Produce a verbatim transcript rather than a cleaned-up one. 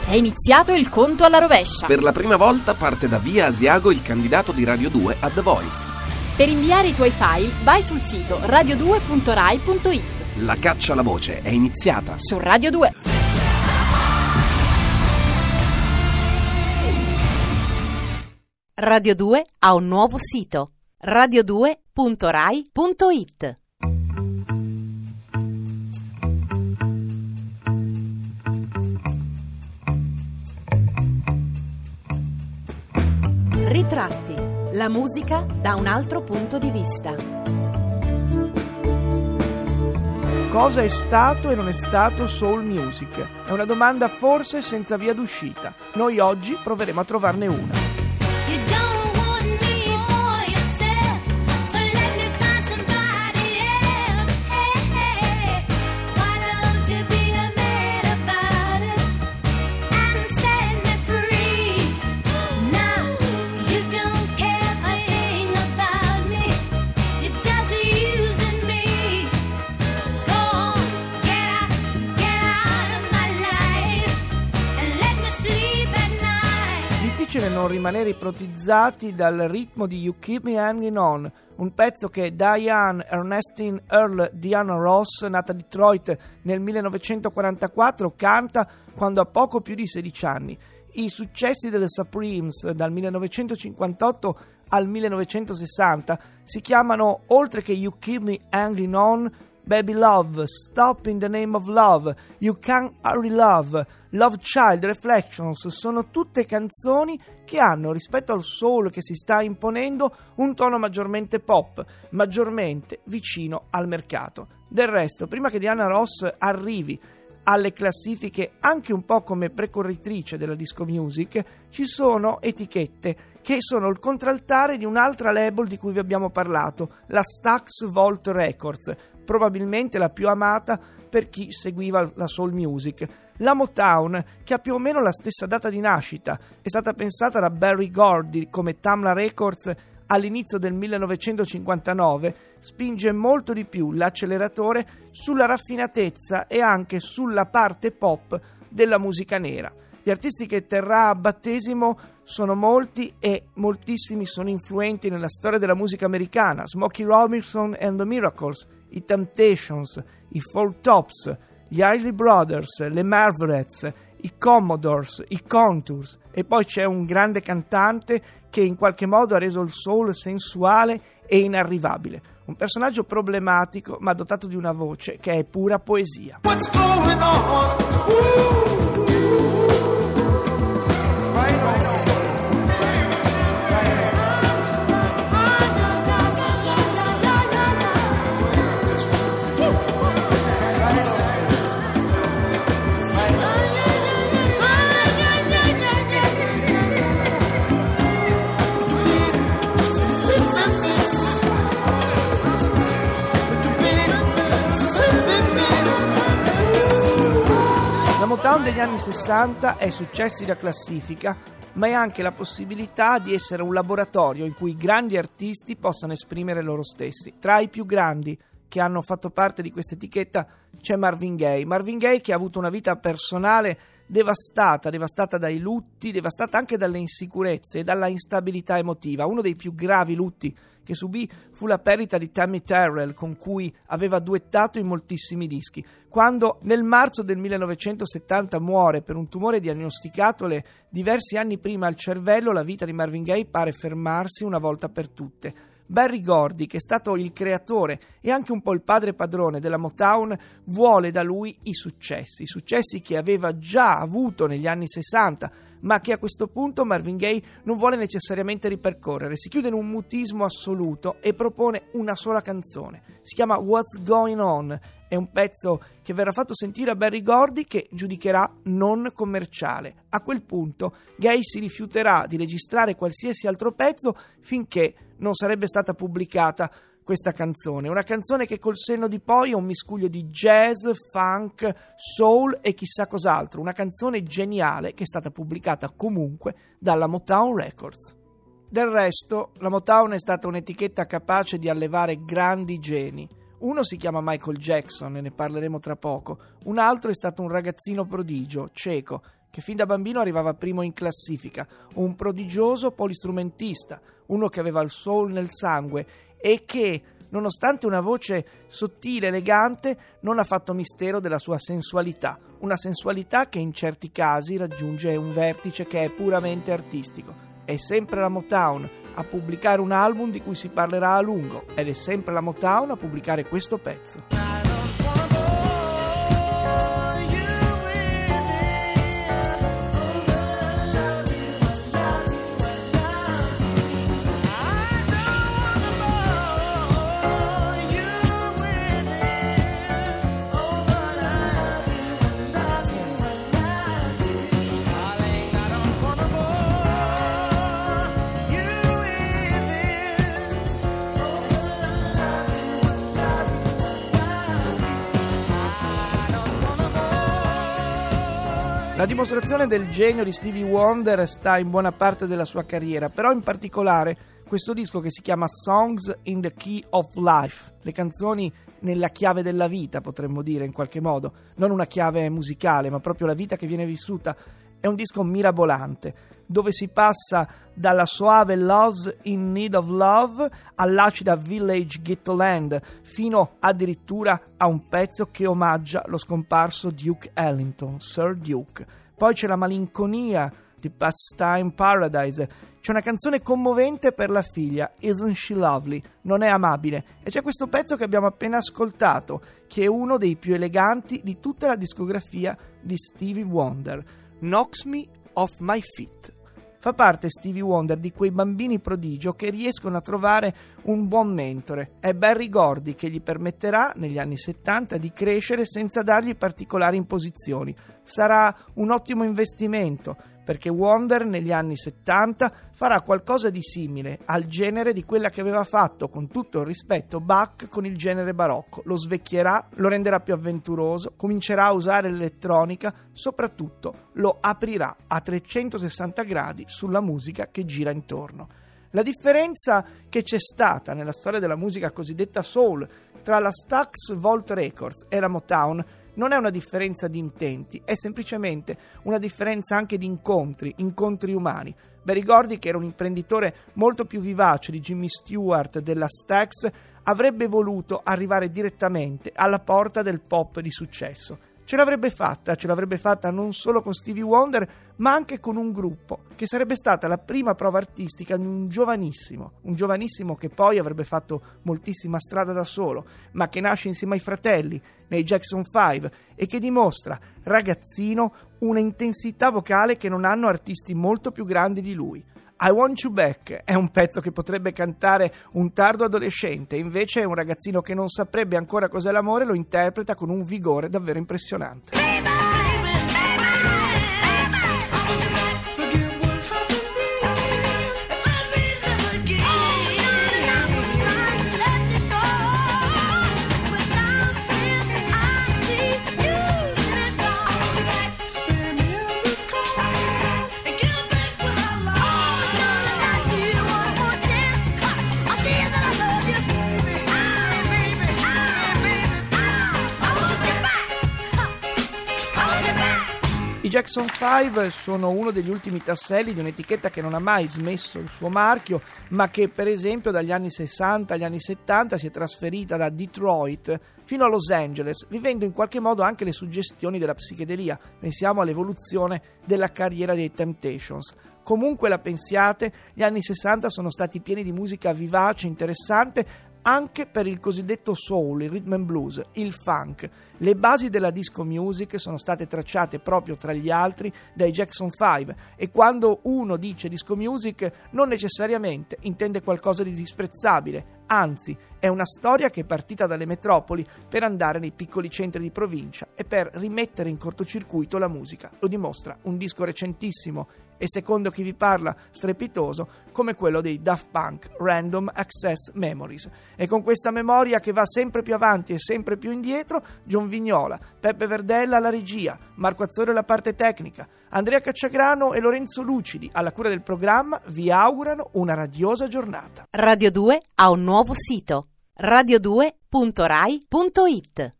È iniziato il conto alla rovescia. Per la prima volta parte da Via Asiago il candidato di Radio due a The Voice. Per inviare i tuoi file vai sul sito radio due punto rai punto it. La caccia alla voce è iniziata Su Radio due. Radio due ha un nuovo sito: radio due punto rai punto it. Ritratti, la musica da un altro punto di vista. Cosa è stato e non è stato soul music? È una domanda forse senza via d'uscita. Noi oggi proveremo a trovarne una. Difficile non rimanere ipotizzati dal ritmo di You Keep Me Hanging On, un pezzo che Diane Ernestine Earl Diana Ross, nata a Detroit nel millenovecentoquarantaquattro, canta quando ha poco più di sedici anni. I successi delle Supremes dal millenovecentocinquantotto al millenovecentosessanta si chiamano, oltre che You Keep Me Hanging On, Baby Love, Stop in the Name of Love, You Can't Hurry Love, Love Child, Reflections. Sono tutte canzoni che hanno, rispetto al soul che si sta imponendo, un tono maggiormente pop, maggiormente vicino al mercato. Del resto, prima che Diana Ross arrivi alle classifiche anche un po' come precorritrice della disco music, ci sono etichette che sono il contraltare di un'altra label di cui vi abbiamo parlato, la Stax Volt Records, probabilmente la più amata per chi seguiva la soul music. La Motown, che ha più o meno la stessa data di nascita, è stata pensata da Berry Gordy come Tamla Records all'inizio del millenovecentocinquantanove, spinge molto di più l'acceleratore sulla raffinatezza e anche sulla parte pop della musica nera. Gli artisti che terrà a battesimo sono molti e moltissimi sono influenti nella storia della musica americana: Smokey Robinson and the Miracles, i Temptations, i Four Tops, gli Isley Brothers, le Marvelettes, i Commodores, i Contours, e poi c'è un grande cantante che in qualche modo ha reso il soul sensuale e inarrivabile, un personaggio problematico ma dotato di una voce che è pura poesia. What's going on? Woo! La Motown degli anni sessanta è successi da classifica, ma è anche la possibilità di essere un laboratorio in cui grandi artisti possano esprimere loro stessi. Tra i più grandi che hanno fatto parte di questa etichetta c'è Marvin Gaye. Marvin Gaye che ha avuto una vita personale devastata, devastata dai lutti, devastata anche dalle insicurezze e dalla instabilità emotiva. Uno dei più gravi lutti che subì fu la perdita di Tammy Terrell, con cui aveva duettato in moltissimi dischi. Quando nel marzo del millenovecentosettanta muore per un tumore diagnosticatole diversi anni prima al cervello, la vita di Marvin Gaye pare fermarsi una volta per tutte. Berry Gordy, che è stato il creatore e anche un po' il padre padrone della Motown, vuole da lui i successi, i successi che aveva già avuto negli anni sessanta, ma che a questo punto Marvin Gaye non vuole necessariamente ripercorrere. Si chiude in un mutismo assoluto e propone una sola canzone. Si chiama What's Going On. È un pezzo che verrà fatto sentire a Berry Gordy, che giudicherà non commerciale. A quel punto Gaye si rifiuterà di registrare qualsiasi altro pezzo finché non sarebbe stata pubblicata questa canzone, una canzone che col senno di poi è un miscuglio di jazz, funk, soul e chissà cos'altro, una canzone geniale che è stata pubblicata comunque dalla Motown Records. Del resto, la Motown è stata un'etichetta capace di allevare grandi geni, Uno si chiama Michael Jackson e ne parleremo tra poco, un altro è stato un ragazzino prodigio, cieco, che fin da bambino arrivava primo in classifica, un prodigioso polistrumentista, uno che aveva il soul nel sangue e che, nonostante una voce sottile e elegante, non ha fatto mistero della sua sensualità, una sensualità che in certi casi raggiunge un vertice che è puramente artistico. È sempre la Motown a pubblicare un album di cui si parlerà a lungo ed è sempre la Motown a pubblicare questo pezzo. La dimostrazione del genio di Stevie Wonder sta in buona parte della sua carriera, però in particolare questo disco che si chiama Songs in the Key of Life, le canzoni nella chiave della vita, potremmo dire in qualche modo, non una chiave musicale, ma proprio la vita che viene vissuta. È un disco mirabolante, dove si passa dalla soave Love's in Need of Love all'acida Village Ghetto Land, fino addirittura a un pezzo che omaggia lo scomparso Duke Ellington, Sir Duke. Poi c'è la malinconia di Pastime Paradise, c'è una canzone commovente per la figlia, Isn't She Lovely? Non è amabile? E c'è questo pezzo che abbiamo appena ascoltato, che è uno dei più eleganti di tutta la discografia di Stevie Wonder, Knocks Me Off My Feet. Fa parte Stevie Wonder di quei bambini prodigio che riescono a trovare un buon mentore. È Berry Gordy che gli permetterà negli anni settanta di crescere senza dargli particolari imposizioni. Sarà un ottimo investimento perché Wonder negli anni settanta farà qualcosa di simile al genere di quella che aveva fatto, con tutto il rispetto, Bach con il genere barocco. Lo svecchierà, lo renderà più avventuroso, comincerà a usare l'elettronica, soprattutto lo aprirà a trecentosessanta gradi sulla musica che gira intorno. La differenza che c'è stata nella storia della musica cosiddetta soul tra la Stax Volt Records e la Motown non è una differenza di intenti, è semplicemente una differenza anche di incontri, incontri umani. Berry Gordy, che era un imprenditore molto più vivace di Jimmy Stewart della Stax, avrebbe voluto arrivare direttamente alla porta del pop di successo. Ce l'avrebbe fatta, ce l'avrebbe fatta non solo con Stevie Wonder, ma anche con un gruppo, che sarebbe stata la prima prova artistica di un giovanissimo, un giovanissimo che poi avrebbe fatto moltissima strada da solo, ma che nasce insieme ai fratelli, nei Jackson Five, e che dimostra, ragazzino, una intensità vocale che non hanno artisti molto più grandi di lui. I Want You Back è un pezzo che potrebbe cantare un tardo adolescente, invece è un ragazzino che non saprebbe ancora cos'è l'amore, lo interpreta con un vigore davvero impressionante. I Jackson Five sono uno degli ultimi tasselli di un'etichetta che non ha mai smesso il suo marchio, ma che per esempio dagli anni sessanta agli anni settanta si è trasferita da Detroit fino a Los Angeles, vivendo in qualche modo anche le suggestioni della psichedelia. Pensiamo all'evoluzione della carriera dei Temptations. Comunque la pensiate, gli anni sessanta sono stati pieni di musica vivace, interessante, anche per il cosiddetto soul, il rhythm and blues, il funk. Le basi della disco music sono state tracciate proprio tra gli altri dai Jackson Five, e quando uno dice disco music non necessariamente intende qualcosa di disprezzabile, anzi è una storia che è partita dalle metropoli per andare nei piccoli centri di provincia e per rimettere in cortocircuito la musica. Lo dimostra un disco recentissimo e, secondo chi vi parla, strepitoso, come quello dei Daft Punk, Random Access Memories. E con questa memoria che va sempre più avanti e sempre più indietro, John Vignola, Peppe Verdella alla regia, Marco Azzori alla parte tecnica, Andrea Cacciagrano e Lorenzo Lucidi alla cura del programma vi augurano una radiosa giornata. Radio due ha un nuovo sito, radio due punto rai punto it.